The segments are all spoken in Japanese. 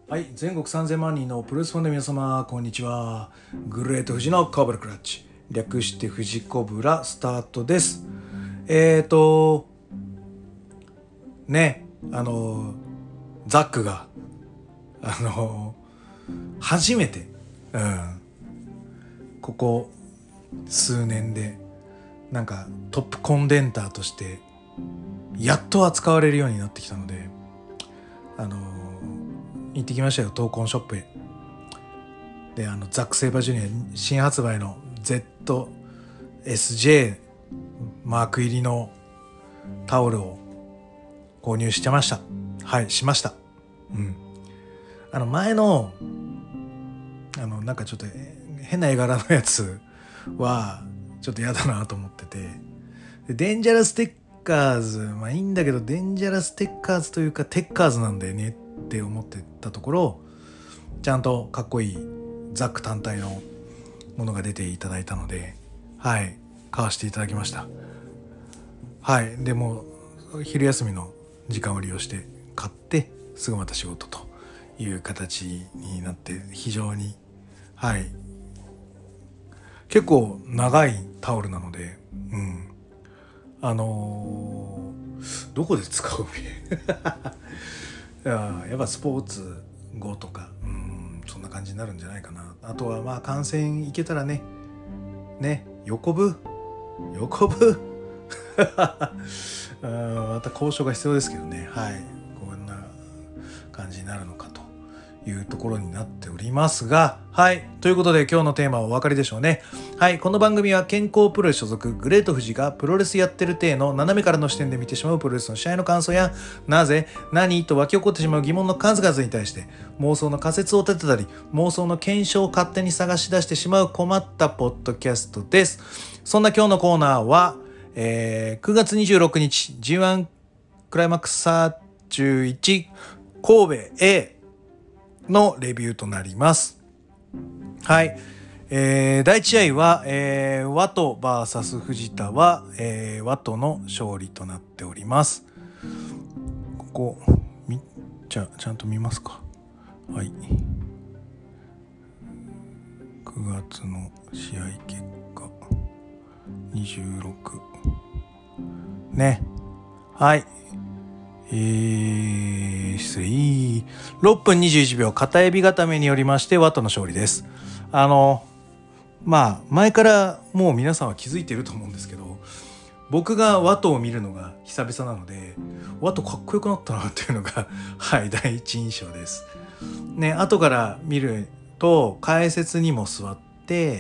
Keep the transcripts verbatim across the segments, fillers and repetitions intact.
はい、全国さんぜんまん人のプロレスファンの皆様、こんにちは。グレート富士のコブラクラッチ、略して富士コブラスタートです。えーとね、あのザックがあの初めて、うん、ここ数年でなんかトップコンデンターとしてやっと扱われるようになってきたので、あの行ってきましたよ、闘魂ショップへ。で、あのザック・セイバージュニア新発売の ゼットエスジェー マーク入りのタオルを購入してました。はいしました。うんあの前のあのなんかちょっと変な絵柄のやつはちょっと嫌だなと思ってて、でデンジャラステッカーズ、まあいいんだけど、デンジャラステッカーズというかテッカーズなんだよねって思ってたところ、ちゃんとかっこいいザック単体のものが出ていただいたので、はい買わせていただきました。はいでも昼休みの時間を利用して買ってすぐまた仕事という形になって、非常にはい結構長いタオルなので、うんあのー、どこで使うややっぱスポーツ後とか、うんそんな感じになるんじゃないかな。あとはまあ観戦行けたらねね横部横部また交渉が必要ですけどね。はいこんな感じになるのかというところになっておりますが、はいということで今日のテーマはお分かりでしょうね。はいこの番組は健康プロレス所属グレート富士がプロレスやってる体の斜めからの視点で見てしまうプロレスの試合の感想や、なぜ何と湧き起こってしまう疑問の数々に対して妄想の仮説を立てたり、妄想の検証を勝手に探し出してしまう困ったポッドキャストです。そんな今日のコーナーは、えー、くがつにじゅうろくにち ジーワン クライマックスさんじゅういち神戸 A のレビューとなります。はい、えー、だいいち試合は、えー、ワト ブイエス 藤田は、えー、ワトの勝利となっております。ここみじゃちゃんと見ますか。はいくがつの試合結果にじゅうろくね。はいえー、失礼ろっぷんにじゅういちびょう片エビ固めによりましてワトの勝利です。あのまあ前からもう皆さんは気づいていると思うんですけど、僕がワトを見るのが久々なので、ワトかっこよくなったなっていうのがはい第一印象ですね。後から見ると解説にも座って、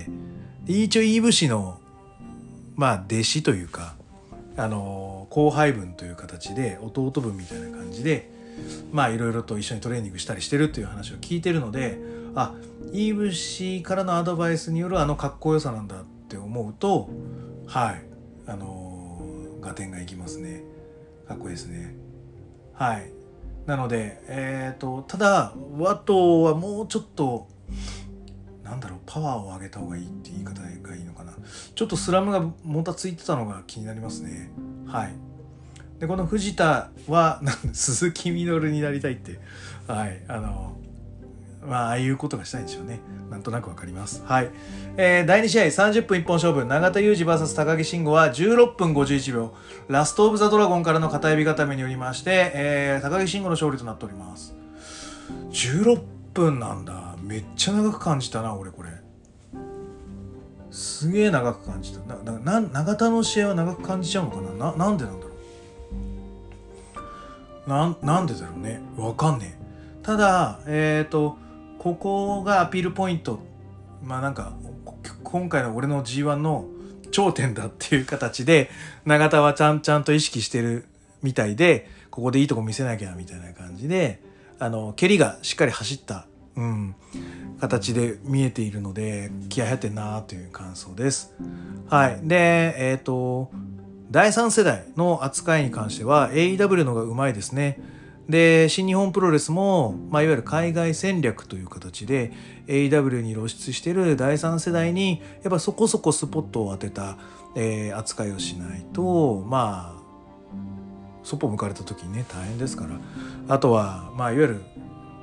一応イーブシのまあ弟子というか、あの後輩分という形で弟分みたいな感じでまあいろいろと一緒にトレーニングしたりしてるっていう話を聞いてるので、あイーブシからのアドバイスによるあのかっこよさなんだって思うと、はいあの合点がいきますね。かっこいいですね。はいなのでえっ、ー、とただワトはもうちょっとなんだろうパワーを上げた方がいいって言い方がいいのかな。ちょっとスラムがもたついてたのが気になりますね。はいでこの藤田は鈴木みのるになりたいってはいあのまあああいうことがしたいんでしょうね。なんとなくわかります。はい、えー、だいに試合さんじゅっぷん一本勝負、永田裕二 ブイエス 高木慎吾はじゅうろっぷんごじゅういちびょうラストオブザドラゴンからの片指固めによりまして、えー、高木慎吾の勝利となっております。じゅうろっぷんなんだ。めっちゃ長く感じたな俺これ。すげえ長く感じた。なな永田の試合は長く感じちゃうのかな。 な, なんでなんだろう。ななんでだろうね。わかんねえ。ただえっ、ー、とここがアピールポイント。まあなんか今回の俺の ジーワン の頂点だっていう形で永田はちゃんちゃんと意識してるみたいで、ここでいいとこ見せなきゃみたいな感じで、あの蹴りがしっかり走った、うん、形で見えているので気合入ってんなという感想です。はいでえっ、ー、とだいさん世代の扱いに関しては エーイーダブリュー の方がうまいですね。で新日本プロレスも、まあ、いわゆる海外戦略という形で エーイーダブリュー に露出しているだいさん世代にやっぱそこそこスポットを当てた、えー、扱いをしないとまあそっぽ向かれた時にね大変ですから。あとはまあいわゆる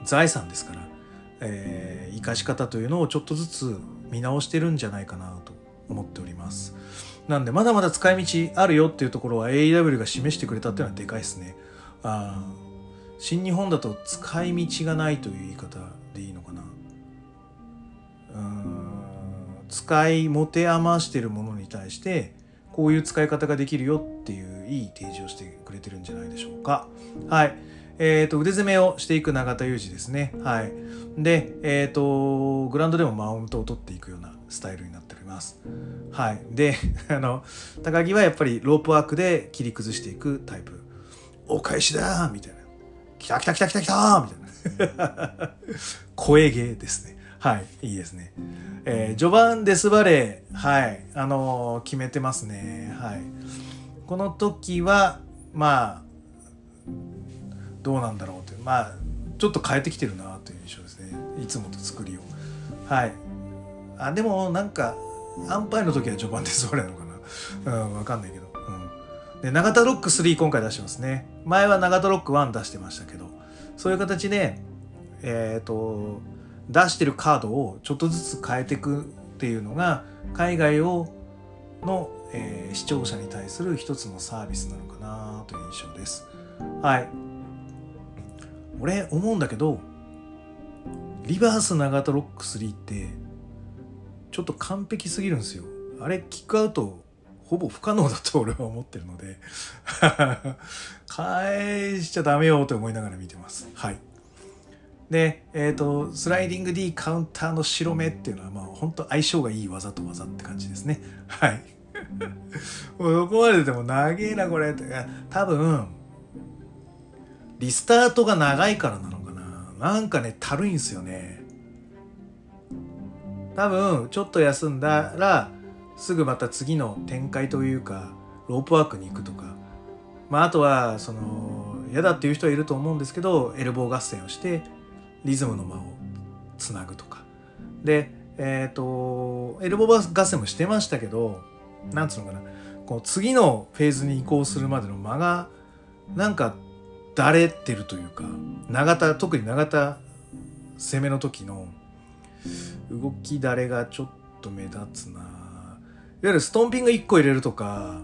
財産ですから、えー、生かし方というのをちょっとずつ見直してるんじゃないかなと思っております。なんでまだまだ使い道あるよっていうところは エーイーダブリュー が示してくれたっていうのはでかいですね。あ新日本だと使い道がないという言い方でいいのかな。うーん使い持て余してるものに対してこういう使い方ができるよっていういい提示をしてくれてるんじゃないでしょうか。はい。えっと腕攻めをしていく永田裕二ですね。はい。で、えっとグラウンドでもマウントを取っていくようなスタイルになっております。はい。で、あの高木はやっぱりロープワークで切り崩していくタイプ。お返しだーみたいな。来た来た来た来た来たーみたいな。声芸ですね。はい、いいですね。えー、序盤デスバレー、はい、あのー、決めてますね。はい。この時は、まあ、どうなんだろうという、まあ、ちょっと変えてきてるなという印象ですね。いつもと作りを。はい。あ、でも、なんか、アンパイの時は序盤デスバレーなのかな。うん、わかんないけど。うん。で、永田ロックスリー今回出してますね。前は永田ロックワン出してましたけど、そういう形で、えっと、出してるカードをちょっとずつ変えていくっていうのが海外をの、えー、視聴者に対する一つのサービスなのかなという印象です。はい。俺思うんだけどリバース永田ロックスリーってちょっと完璧すぎるんですよ。あれキックアウトほぼ不可能だと俺は思ってるので返しちゃダメよと思いながら見てます。はい。で、えっと、スライディング D カウンターの白目っていうのは、まあ、本当相性がいい技と技って感じですね。はい。もうどこまででも長えな、これ。多分、リスタートが長いからなのかな。なんかね、たるいんすよね。多分、ちょっと休んだら、すぐまた次の展開というか、ロープワークに行くとか。まあ、あとは、その、嫌だっていう人はいると思うんですけど、エルボー合戦をして、リズムの間をつなぐとかで、えっとエルボー合戦もしてましたけど、なんつうのかな、こう次のフェーズに移行するまでの間がなんかだれってるというか、永田特に永田攻めの時の動きだれがちょっと目立つな。いわゆるストンピングいっこ入れるとか、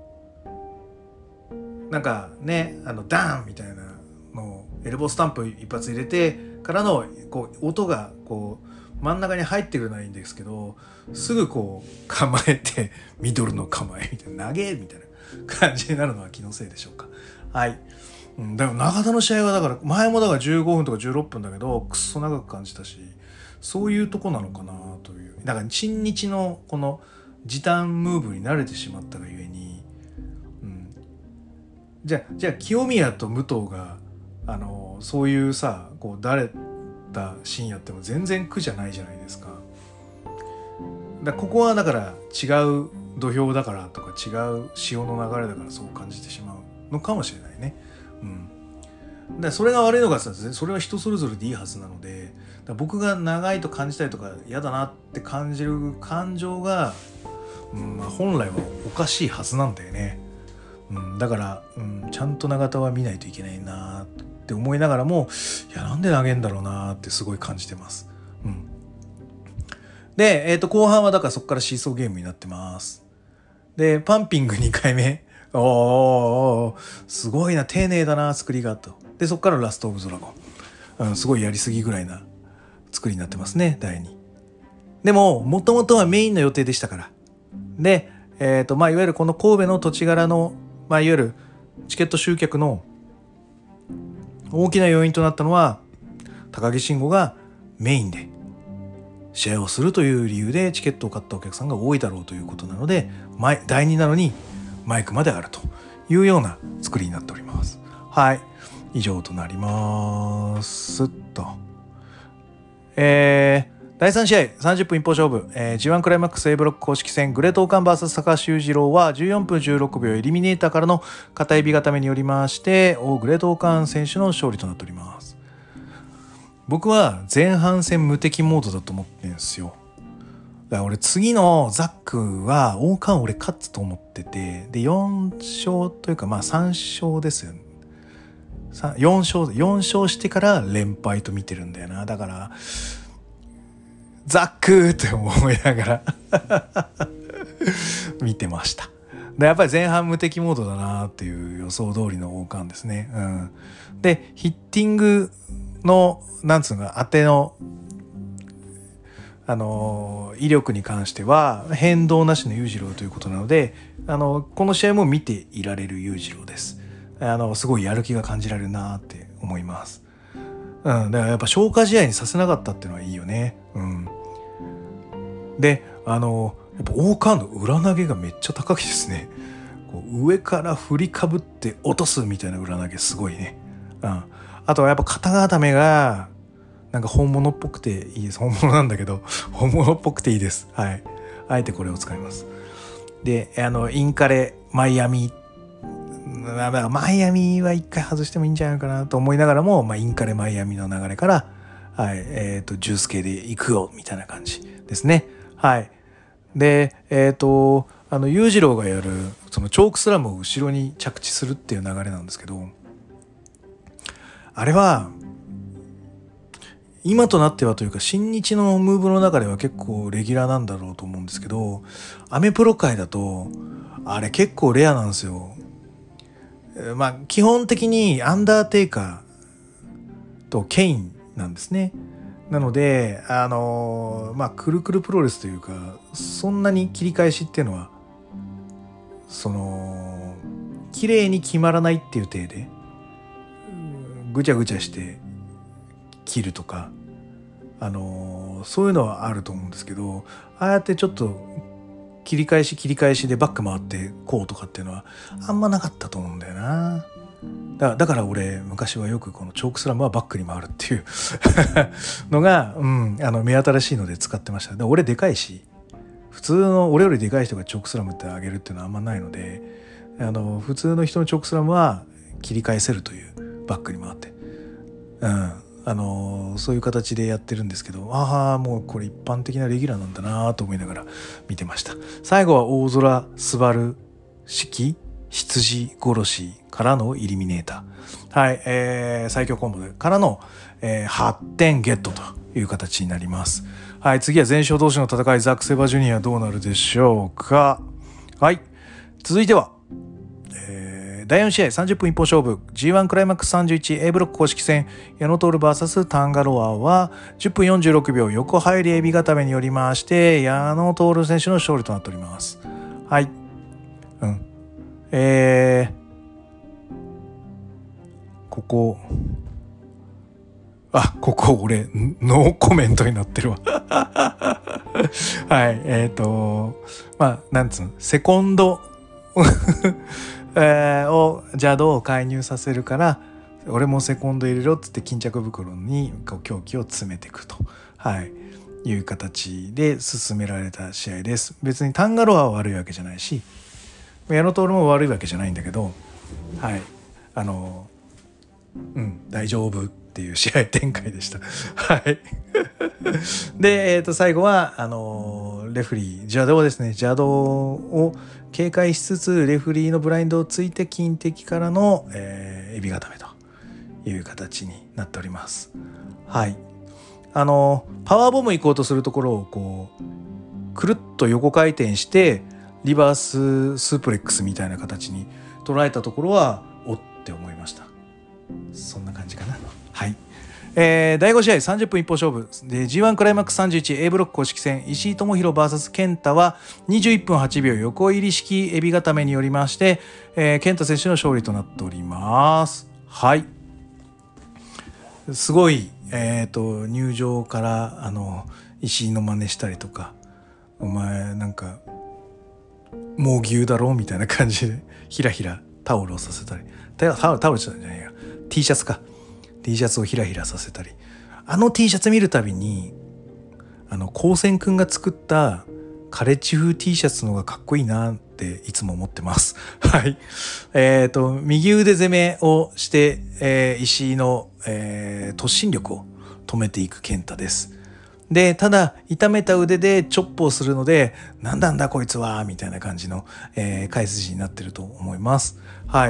なんかね、あのダーンみたいなのエルボースタンプ一発入れてからのこう音がこう真ん中に入ってくるのはいいんですけど、すぐこう構えてミドルの構えみたいな投げみたいな感じになるのは気のせいでしょうか。はい。うん、でも永田の試合はだから前もだからじゅうごふんとかじゅうろっぷんだけどくっそ長く感じたし、そういうとこなのかなという。だから新日のこの時短ムーブに慣れてしまったがゆえに、うん、じゃあじゃあ清宮と武藤があのそういうさこうだれたシーンやっても全然苦じゃないじゃないですか。だここはだから違う土俵だからとか違う潮の流れだからそう感じてしまうのかもしれないね。うん。だそれが悪いのかさ、それは人それぞれでいいはずなので、だ僕が長いと感じたりとか嫌だなって感じる感情が、うんまあ、本来はおかしいはずなんだよね。うん、だから、うん、ちゃんと永田は見ないといけないなって思いながらも、いやなんで投げんだろうなってすごい感じてます。うん、で、えーと、後半はだからそこからシーソーゲームになってます。でパンピングにかいめ、おーすごいな、丁寧だな作りがと。でそこからラストオブドラゴン、うん、すごいやりすぎぐらいな作りになってますね。だいにでももともとはメインの予定でしたから。でえーとまあいわゆるこの神戸の土地柄のまあ、いわゆるチケット集客の大きな要因となったのは高木慎吾がメインで試合をするという理由でチケットを買ったお客さんが多いだろうということなので、だいになのにマイクまであるというような作りになっております。はい、以上となりますと、えーだいさん試合さんじゅっぷん一方勝負、えー、ジーワン クライマックス A ブロック公式戦グレートオーカン ブイエス 高橋裕次郎はじゅうよんぷんじゅうろくびょうエリミネーターからの片指固めによりましてグレートオーカン選手の勝利となっております。僕は前半戦無敵モードだと思ってるんですよ。だから俺次のザックはオーカン俺勝つと思ってて、でよん勝というかまあさん勝ですよね。 よん勝よん勝してから連敗と見てるんだよな。だからザックーって思いながら見てました。でやっぱり前半無敵モードだなっていう予想通りの王冠ですね。うん、でヒッティングのなんつうのか当てのあの威力に関しては変動なしの裕次郎ということなので、あのこの試合も見ていられる裕次郎です。あのすごいやる気が感じられるなって思います。うん、だからやっぱ消化試合にさせなかったっていうのはいいよね。うん、であのやっぱ王冠の裏投げがめっちゃ高いですね。こう上から振りかぶって落とすみたいな裏投げすごいね。うん、あとはやっぱ肩固めがなんか本物っぽくていいです。本物なんだけど本物っぽくていいです。はい。あえてこれを使います。で、あのインカレマイアミ、マイアミは一回外してもいいんじゃないかなと思いながらも、まあ、インカレマイアミの流れから、はい、えっとジュース系で行くよみたいな感じですね。はい。で、えっとあの裕次郎がやるそのチョークスラムを後ろに着地するっていう流れなんですけど、あれは今となってはというか新日のムーブの中では結構レギュラーなんだろうと思うんですけど、アメプロ界だとあれ結構レアなんですよ。まあ基本的にアンダーテイカーとケインなんですね。なのであのまあくるくるプロレスというかそんなに切り返しっていうのはその綺麗に決まらないっていう体でぐちゃぐちゃして切るとか、あのー、そういうのはあると思うんですけど、ああやってちょっと切り返し切り返しでバック回ってこうとかっていうのはあんまなかったと思うんだよな。だ, だから俺昔はよくこのチョークスラムはバックに回るっていうのが、うん、あの目新しいので使ってました。で俺でかいし、普通の俺よりでかい人がチョークスラムって上げるっていうのはあんまないので、あの普通の人のチョークスラムは切り返せるというバックに回って、うんあのー、そういう形でやってるんですけど、ああもうこれ一般的なレギュラーなんだなと思いながら見てました。最後は大空すばる式羊殺しからのイリミネーター、はい、えー、最強コンボでからの、えー、はってんゲットという形になります。はい、次は前哨同士の戦い、ザック・セバジュニアどうなるでしょうか。はい、続いてはだいよん試合さんじゅっぷん一本勝負 ジーワン クライマックスさんじゅういち A ブロック公式戦矢野徹 ブイエス タンガロアはじゅっぷんよんじゅうろくびょう横入りエビ固めによりまして矢野徹選手の勝利となっております。はい、うんえー、ここあここ俺ノーコメントになってるわはいえっ、ー、とまあなんつうのセコンドえー、を邪道を介入させるから俺もセコンド入れろっつって巾着袋にこう凶器を詰めていくと、はい、いう形で進められた試合です。別にタンガロアは悪いわけじゃないし矢野徹も悪いわけじゃないんだけど、はいあのうん大丈夫っていう試合展開でしたはいで、えー、と最後はあのレフリー邪道ですね邪道を警戒しつつレフリーのブラインドをついて金敵からの、えー、エビ固めという形になっております。はい、あのパワーボム行こうとするところをこうくるっと横回転してリバーススープレックスみたいな形に捉えたところはおって思いました。そんな感じかな。はい。えー、だいご試合さんじゅっぷん一本勝負で ジーワン クライマックスさんじゅういち A ブロック公式戦石井智弘 ブイエス 健太はにじゅういっぷんはちびょう横入り式エビ固めによりまして、えー、健太選手の勝利となっております。はい。すごい、えーと、入場からあの石井の真似したりとか、お前なんか猛牛だろみたいな感じでひらひらタオルをさせたり、タオルタオルじゃないや T シャツかT シャツをひらひらさせたり、あの T シャツ見るたびにあの高専くんが作ったカレッジ風 T シャツの方がかっこいいなっていつも思ってますはいえーと右腕攻めをして、えー、石井の、えー、突進力を止めていく健太です。でただ痛めた腕でチョップをするのでなんだんだこいつはみたいな感じの、えー、回筋になってると思います。はい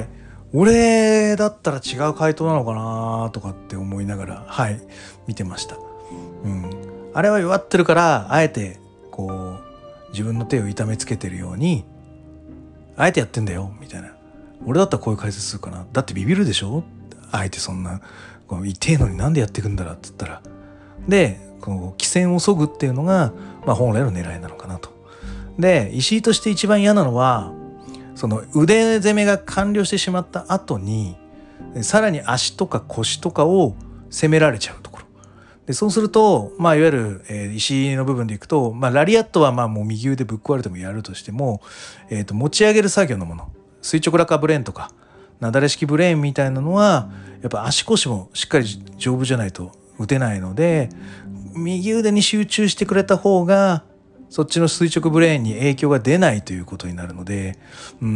俺だったら違う回答なのかなとかって思いながら、はい、見てました。うん。あれは弱ってるから、あえて、こう、自分の手を痛めつけてるように、あえてやってんだよ、みたいな。俺だったらこういう解説するかな。だってビビるでしょ？あえてそんな、こう痛えのになんでやってくんだらって言ったら。で、この、機戦を削ぐっていうのが、まあ本来の狙いなのかなと。で、石井として一番嫌なのは、その腕攻めが完了してしまった後に、さらに足とか腰とかを攻められちゃうところ。でそうすると、まあ、いわゆる、えー、石の部分でいくと、まあ、ラリアットはまあもう右腕ぶっ壊れてもやるとしても、えー、と持ち上げる作業のもの、垂直落下ブレーンとかなだれ式ブレーンみたいなのはやっぱ足腰もしっかり丈夫じゃないと打てないので、右腕に集中してくれた方がそっちの垂直ブレーンに影響が出ないということになるので、うん、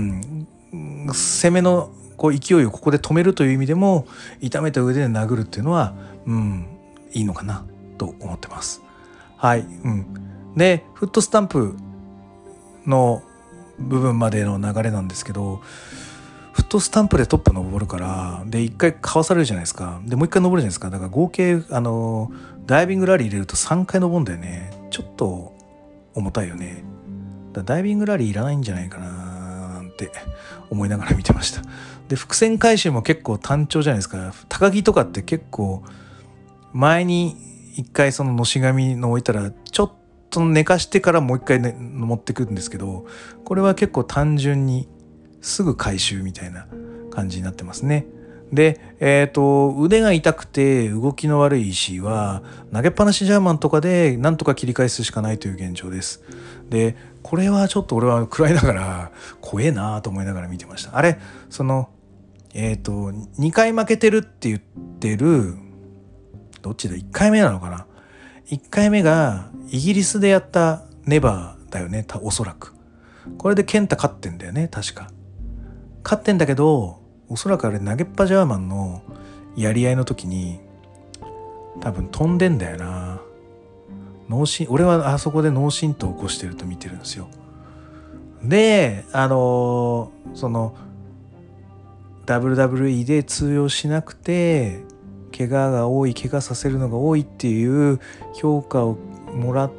攻めのこう勢いをここで止めるという意味でも痛めた腕で殴るっていうのは、うん、いいのかなと思ってます。はい、うん、でフットスタンプの部分までの流れなんですけど、フットスタンプでトップ登るからで一回かわされるじゃないですか。でもう一回登るじゃないですか。だから合計あのダイビングラリー入れるとさんかい登るんだよね。ちょっと重たいよね。だダイビングラリーいらないんじゃないかなって思いながら見てました。で伏線回収も結構単調じゃないですか。高木とかって結構前に一回そののし紙の置いたらちょっと寝かしてからもう一回、ね、持ってくるんですけど、これは結構単純にすぐ回収みたいな感じになってますね。で、えーと、腕が痛くて動きの悪い石井は投げっぱなしジャーマンとかでなんとか切り返すしかないという現状です。でこれはちょっと俺は食らいながら怖えなと思いながら見てました。あれそのえーとにかい負けてるって言ってるどっちだいっかいめなのかな。いっかいめがイギリスでやったネバーだよね、おそらく。これでケンタ勝ってんだよね、確か。勝ってんだけど、おそらくあれ投げっぱジャーマンのやり合いの時に多分飛んでんだよな。脳震俺はあそこで脳震盪を起こしてると見てるんですよ。で、あのー、その ダブリューダブリューイー で通用しなくて怪我が多い、怪我させるのが多いっていう評価をもらって、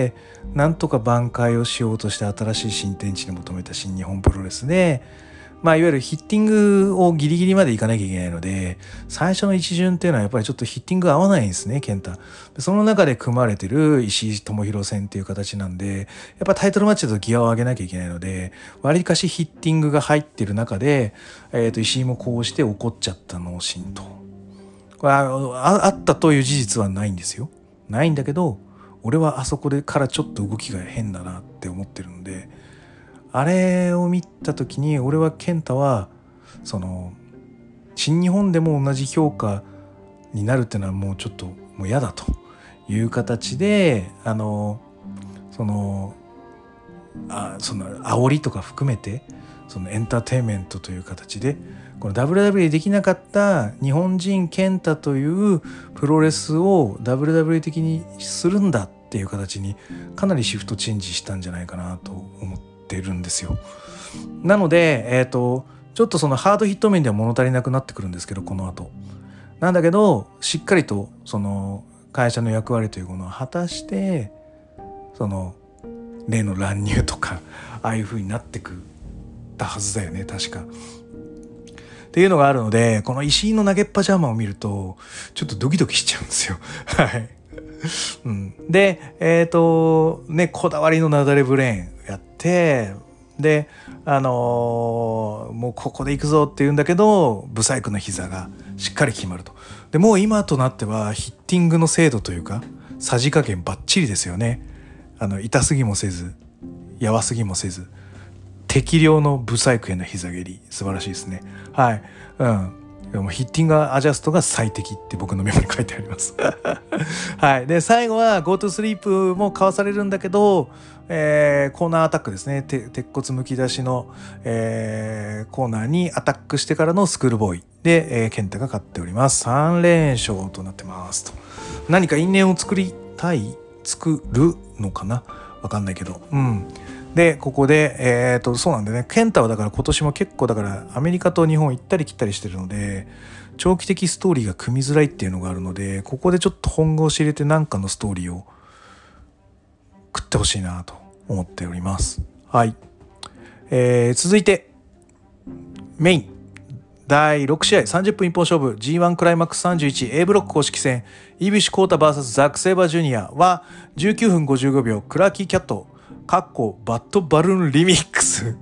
なんとか挽回をしようとして新しい新天地に求めた新日本プロレスで、まあいわゆるヒッティングをギリギリまでいかなきゃいけないので、最初の一巡っていうのはやっぱりちょっとヒッティング合わないんですね、健太。その中で組まれてる石井智弘戦っていう形なんで、やっぱタイトルマッチだとギアを上げなきゃいけないので、わりかしヒッティングが入ってる中で、えー、と石井もこうして怒っちゃった脳震盪。これあ, あったという事実はないんですよ。ないんだけど、俺はあそこでからちょっと動きが変だなって思ってるので、あれを見た時に俺は健太はその新日本でも同じ評価になるっていうのはもうちょっともう嫌だという形で、あのそのあその煽りとか含めてそのエンターテインメントという形でこの ダブリューダブリューイー できなかった日本人健太というプロレスを ダブリューダブリューイー 的にするんだっていう形にかなりシフトチェンジしたんじゃないかなと思ってるんですよ。なので、えーと、ちょっとそのハードヒット面では物足りなくなってくるんですけど、この後なんだけどしっかりとその会社の役割というものを果たしてその例の乱入とかああいう風になってくったはずだよね、確か。っていうのがあるので、この石井の投げっぱジャーマンを見るとちょっとドキドキしちゃうんですよ。はい、うん、でえっ、ー、とねこだわりのなだれブレーンやって、であのー、もうここで行くぞって言うんだけどブサイクの膝がしっかり決まると。でもう今となってはヒッティングの精度というかさじ加減バッチリですよね。あの痛すぎもせずやわすぎもせず適量のブサイクへの膝蹴り素晴らしいですね。はい、うん。でもヒッティングアジャストが最適って僕のメモに書いてあります。はい。で最後は Go to Sleep もかわされるんだけど、えー、コーナーアタックですね。て鉄骨むき出しの、えー、コーナーにアタックしてからのスクールボーイで、えー、ケンタが勝っております。さん連勝となってますと。何か因縁を作りたい作るのかなわかんないけど、うん。 でここでえっとそうなんでね、ケンタはだから今年も結構だからアメリカと日本行ったり来たりしてるので、長期的ストーリーが組みづらいっていうのがあるので、ここでちょっと本腰入れて何かのストーリーを食ってほしいなと思っております。はい、えー、続いてメインだいろく試合さんじゅっぷん一本勝負 ジーワン クライマックスさんじゅういち A ブロック公式戦イブシコータ ブイエス ザック・セイバージュニアはじゅうきゅうふんごじゅうごびょうクラーキーキャットかっこバッドバルーンリミックス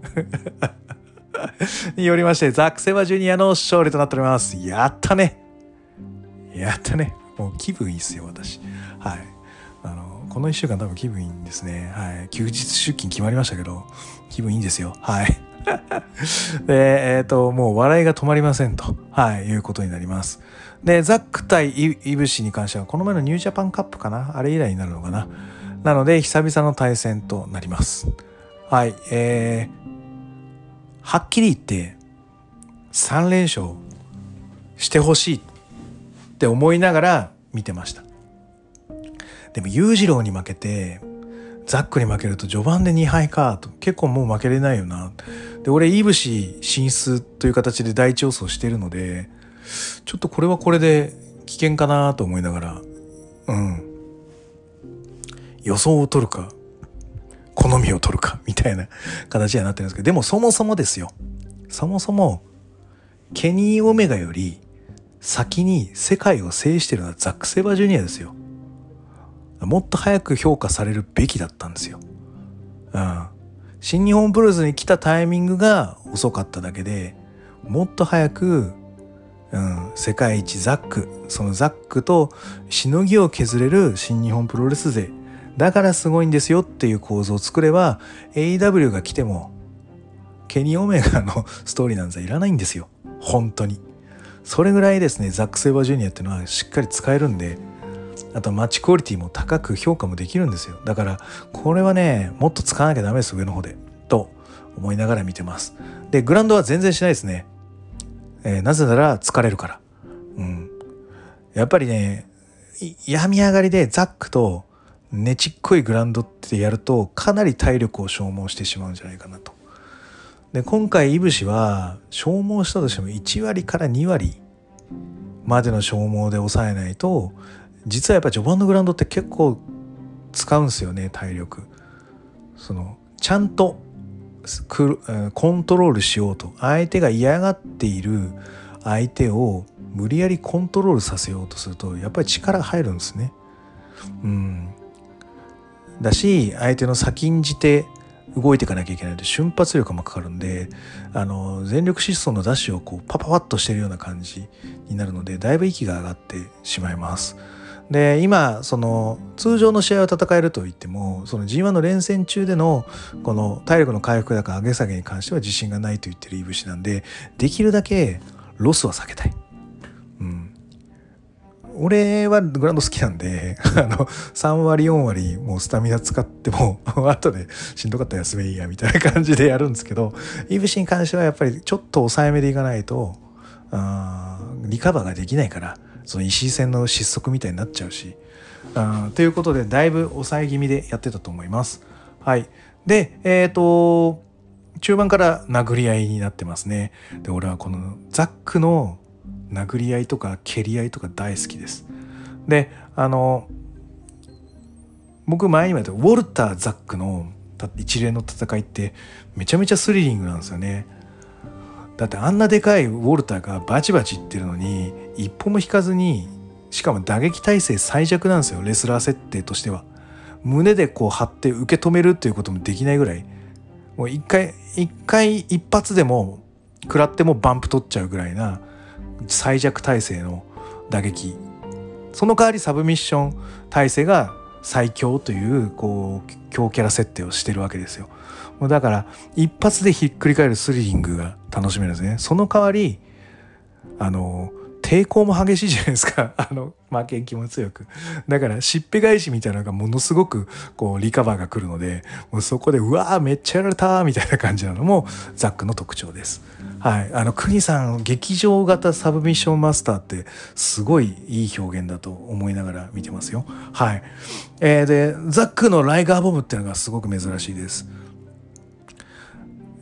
によりましてザック・セイバージュニアの勝利となっております。やったねやったね、もう気分いいっすよ私。はい、あのこのいっしゅうかん多分気分いいんですね。はい、休日出勤決まりましたけど気分いいんですよ。はいでえっ、ー、ともう笑いが止まりませんと、はい、いうことになります。でザック対イブシに関してはこの前のニュージャパンカップかな、あれ以来になるのかな。なので久々の対戦となります。はい、えー、はっきり言ってさん連勝してほしいって思いながら見てました。でも裕次郎に負けてザックに負けると序盤でにはいかと、結構もう負けれないよな。で俺イブシ進出という形で第一予想してるので、ちょっとこれはこれで危険かなと思いながら、うん予想を取るか好みを取るかみたいな形にはなってるんですけど、でもそもそもですよ、そもそもケニー・オメガより先に世界を制してるのはザック・セイバージュニアですよ。もっと早く評価されるべきだったんですよ。うん、新日本プロレスに来たタイミングが遅かっただけで、もっと早く、うん、世界一ザック、そのザックとしのぎを削れる新日本プロレス勢だからすごいんですよっていう構造を作れば エーイーダブリュー が来てもケニー・オメガのストーリーなんざいらないんですよ。本当にそれぐらいですね、ザック・セイバージュニアっていうのはしっかり使えるんで、あとマッチクオリティも高く評価もできるんですよ。だからこれはねもっと使わなきゃダメです、上の方でと思いながら見てます。でグラウンドは全然しないですね、えー、なぜなら疲れるから。うん、やっぱりね病み上がりでザックとねちっこいグラウンドってやるとかなり体力を消耗してしまうんじゃないかなと。で今回イブシは消耗したとしてもいちわりからにわりまでの消耗で抑えないと、実はやっぱ序盤のグラウンドって結構使うんですよね、体力。そのちゃんとコントロールしようと、相手が嫌がっている相手を無理やりコントロールさせようとするとやっぱり力が入るんですね。うん、だし相手の先んじて動いていかなきゃいけないので瞬発力もかかるんで、あの全力疾走のダッシュをこうパパパッとしてるような感じになるので、だいぶ息が上がってしまいます。で今その通常の試合を戦えると言っても、その ジーワン の連戦中でのこの体力の回復だか上げ下げに関しては自信がないと言ってるイブシなんで、できるだけロスは避けたい。うん、俺はグラウンド好きなんであのさんわりよんわりもうスタミナ使っても後でしんどかったら休めいいやみたいな感じでやるんですけど、イブシに関してはやっぱりちょっと抑えめでいかないとあリカバーができないから、その石井戦の失速みたいになっちゃうし、あということでだいぶ抑え気味でやってたと思います。はい。でえっと中盤から殴り合いになってますね。で俺はこのザックの殴り合いとか蹴り合いとか大好きです。であの僕前にも言ったウォルター・ザックの一連の戦いってめちゃめちゃスリリングなんですよね。だってあんなでかいウォルターがバチバチいってるのに一歩も引かずに、しかも打撃体勢最弱なんですよ、レスラー設定としては。胸でこう張って受け止めるっていうこともできないぐらい、もう一回一回一発でも食らってもバンプ取っちゃうぐらいな最弱体制の打撃。その代わりサブミッション体制が最強というこう強キャラ設定をしてるわけですよ。もうだから一発でひっくり返るスリリングが楽しめるんですね。その代わりあの抵抗も激しいじゃないですかあの負けん気も強く。だからしっぺ返しみたいなのがものすごくこうリカバーが来るので、もうそこでうわーめっちゃやられたみたいな感じなのもザックの特徴です。はい、あの国さん劇場型サブミッションマスターってすごいいい表現だと思いながら見てますよ。はい、えー、でザックのライガーボムっていうのがすごく珍しいです。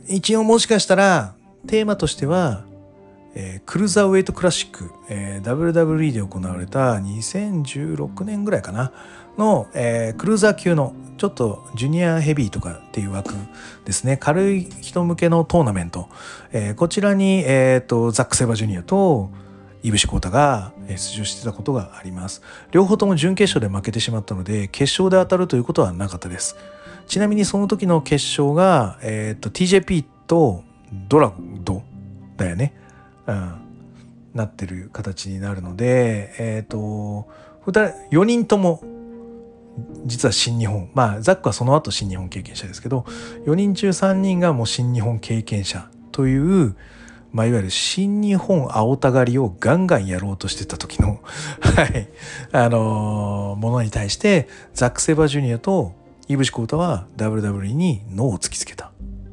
一応もしかしたらテーマとしては、えー、クルーザーウェイトクラシック、えー、ダブリューダブリューイー で行われたにせんじゅうろくねんぐらいかなの、えー、クルーザー級のちょっとジュニアヘビーとかっていう枠ですね、軽い人向けのトーナメント、えー、こちらに、えー、とザック・セイバージュニアと井伏浩太が出場してたことがあります。両方とも準決勝で負けてしまったので決勝で当たるということはなかったです。ちなみにその時の決勝が、えー、と ティージェーピー とドラドだよね、うん、なってる形になるので、えっ、ー、とよにんとも実は新日本、まあザックはその後新日本経験者ですけど、よにん中さんにんがもう新日本経験者という、まあ、いわゆる新日本青たがりをガンガンやろうとしてた時のはいあのー、ものに対してザック・セイバージュニアと井伏浩太は ダブリューダブリューイー にノーを突きつけた。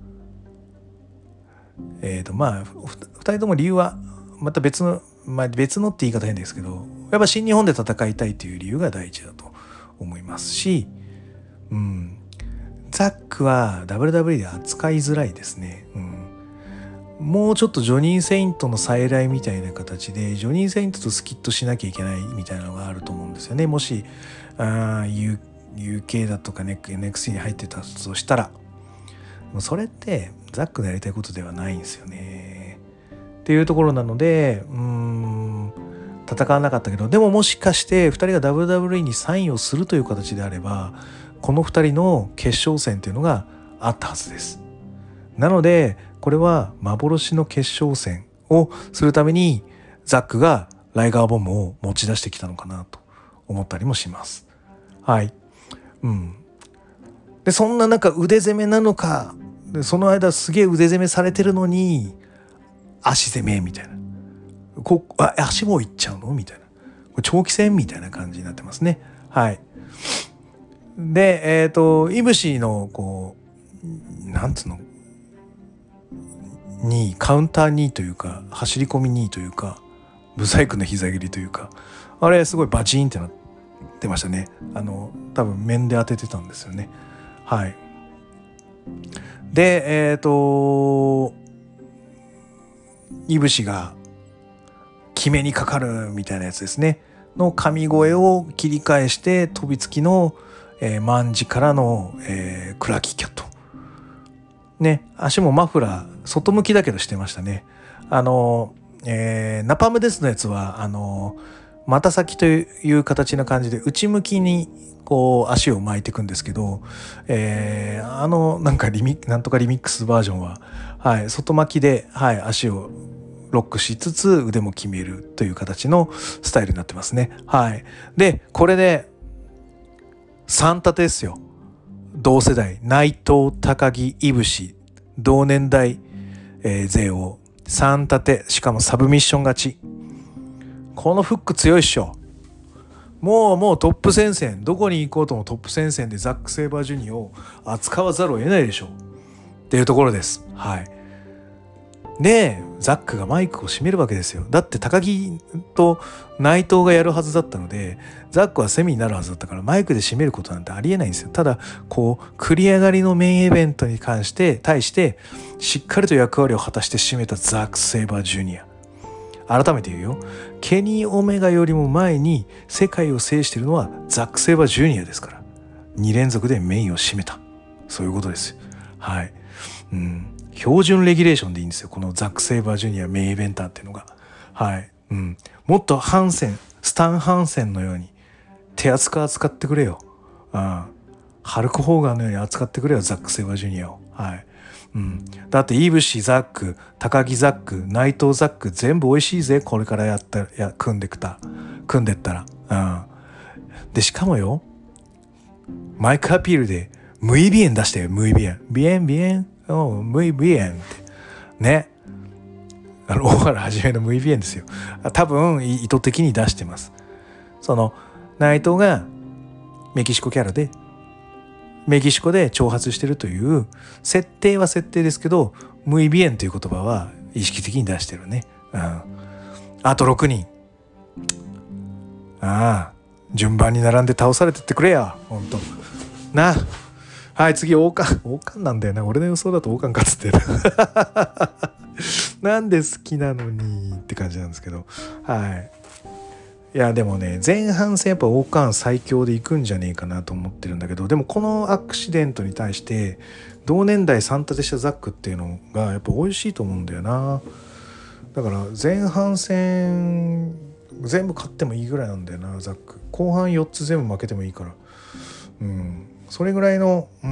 えっ、ー、とまあふたりとも理由はまた別の、まあ、別のって言い方変ですけど、やっぱ新日本で戦いたいという理由が第一だと思いますし、うん、ザックは ダブリューダブリューイー で扱いづらいですね。うん、もうちょっとジョニー・セイントの再来みたいな形でジョニー・セイントとスキットしなきゃいけないみたいなのがあると思うんですよね。もしあ ユーケー だとかね エヌエックスティー に入ってたとしたら、もうそれってザックのやりたいことではないんですよねっていうところなので、うーん戦わなかったけど、でももしかしてふたりが ダブリューダブリューイー にサインをするという形であればこのふたりの決勝戦っていうのがあったはずです。なのでこれは幻の決勝戦をするためにザックがライガーボムを持ち出してきたのかなと思ったりもします。はい。うん。でそんな中腕攻めなのか、でその間すげえ腕攻めされてるのに足攻めみたいな、こあ足もいっちゃうのみたいな、長期戦みたいな感じになってますね。はい。でえっ、ー、といぶしのこうなんつうのにカウンターにというか走り込みにというかブサイクの膝蹴りというか、あれすごいバチーンってなってましたね。あの多分面で当ててたんですよね。はい。でえっ、ー、といぶしが決めにかかるみたいなやつですねの神声を切り返して飛びつきの、えー、卍からの、えー、クラキーキャットね、足もマフラー外向きだけどしてましたね。あの、えー、ナパームデスのやつはあの股先という形な感じで内向きにこう足を巻いていくんですけど、えー、あのなんかリミなんとかリミックスバージョンは、はい、外巻きで、はい、足をロックしつつ腕も決めるという形のスタイルになってますね。はい。でこれでさん立てですよ。同世代内藤高木いぶし同年代、えー、勢をさん立て、しかもサブミッション勝ち。このフック強いっしょ。もうもうトップ戦線、どこに行こうともトップ戦線でザック・セイバージュニアを扱わざるを得ないでしょうっていうところです。はい。でザックがマイクを締めるわけですよ。だって高木と内藤がやるはずだったのでザックはセミになるはずだったからマイクで締めることなんてありえないんですよ。ただこう繰り上がりのメインイベントに関して対してしっかりと役割を果たして締めたザック・セイバージュニア。改めて言うよ、ケニー・オメガよりも前に世界を制しているのはザック・セイバージュニアですから、に連続でメインを締めた、そういうことです。はい。うん、標準レギュレーションでいいんですよ、このザック・セイバージュニアメインイベンターっていうのが。はい。うん、もっとハンセンスタン・ハンセンのように手厚く扱ってくれよ。うん、ハルク・ホーガンのように扱ってくれよザック・セイバージュニアを。はい。うん、だってイブシザック、高木ザック、内藤ザック全部美味しいぜ、これからやったや組んでくた組んでったら。うん、でしかもよ、マイクアピールでムイビエン出してよ。ムイビエンビエンビエンおムイビエンってね、あの大原はじめのムイビエンですよ。多分意図的に出してます。その内藤がメキシコキャラでメキシコで挑発してるという設定は設定ですけど、ムイビエンという言葉は意識的に出してるね。うん、あとろくにん、ああ順番に並んで倒されてってくれよ、ほんとな。 はい、次、王冠。王冠なんだよな。俺の予想だと王冠勝つって。なんで好きなのにって感じなんですけど。はい。いや、でもね、前半戦やっぱ王冠最強でいくんじゃねえかなと思ってるんだけど、でもこのアクシデントに対して、同年代さん立てしたザックっていうのがやっぱ美味しいと思うんだよな。だから前半戦全部勝ってもいいぐらいなんだよな、ザック。後半よっつ全部負けてもいいから。うん。それぐらいの、うん、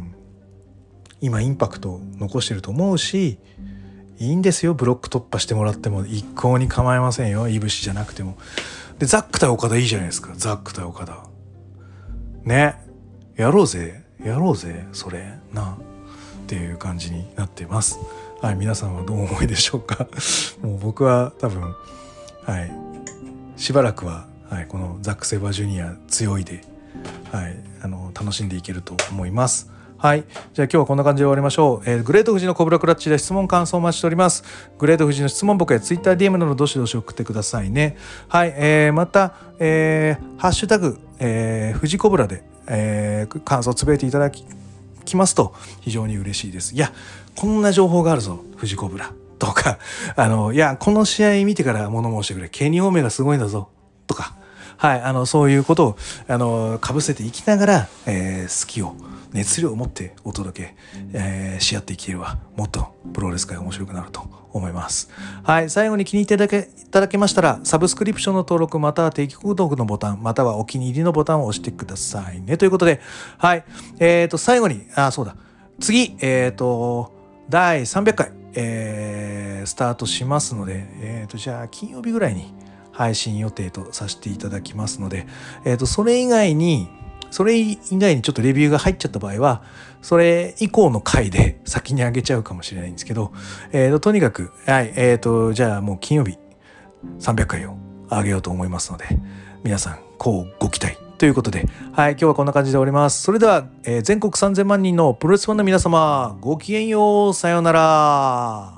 今インパクトを残してると思うし、いいんですよ、ブロック突破してもらっても一向に構いませんよ、いぶしじゃなくても。でザック対岡田いいじゃないですか。ザック対岡田ね、やろうぜやろうぜそれなっていう感じになってます。はい、皆さんはどうお思いでしょうか。もう僕は多分、はい、しばらくは、はい、このザック・セイバージュニア強いで、はい、あの楽しんでいけると思います。はい。じゃあ今日はこんな感じで終わりましょう。えー、グレート富士のコブラクラッチで質問感想をお待ちしております。グレート富士の質問僕やツイッター ディーエム などどしどし送ってくださいね。はい。えー、また、えー、ハッシュタグ、えー、富士コブラで、えー、感想をつぶやいていただきますと非常に嬉しいです。いや、こんな情報があるぞ、富士コブラとか、あの、いや、この試合見てから物申してくれ。ケニー・オメガすごいんだぞとか、はい、あのそういうことをあの被せていきながら、えー、好きを熱量を持ってお届け、えー、し合っていければもっとプロレス界が面白くなると思います。はい、最後に気に入っていただけ、いただけましたらサブスクリプションの登録または定期購読のボタンまたはお気に入りのボタンを押してくださいねということで、はい、えーと最後にあそうだ次えーとだいさんびゃっかい、えー、スタートしますので、えーとじゃあ金曜日ぐらいに配信予定とさせていただきますので、えーと、それ以外に、それ以外にちょっとレビューが入っちゃった場合は、それ以降の回で先に上げちゃうかもしれないんですけど、えーと、とにかく、はい、えーと、じゃあもう金曜日さんびゃっかいを上げようと思いますので、皆さん、こうご期待ということで、はい、今日はこんな感じで終わります。それでは、えー、全国さんぜんまんにんのプロレスファンの皆様、ごきげんよう、さようなら。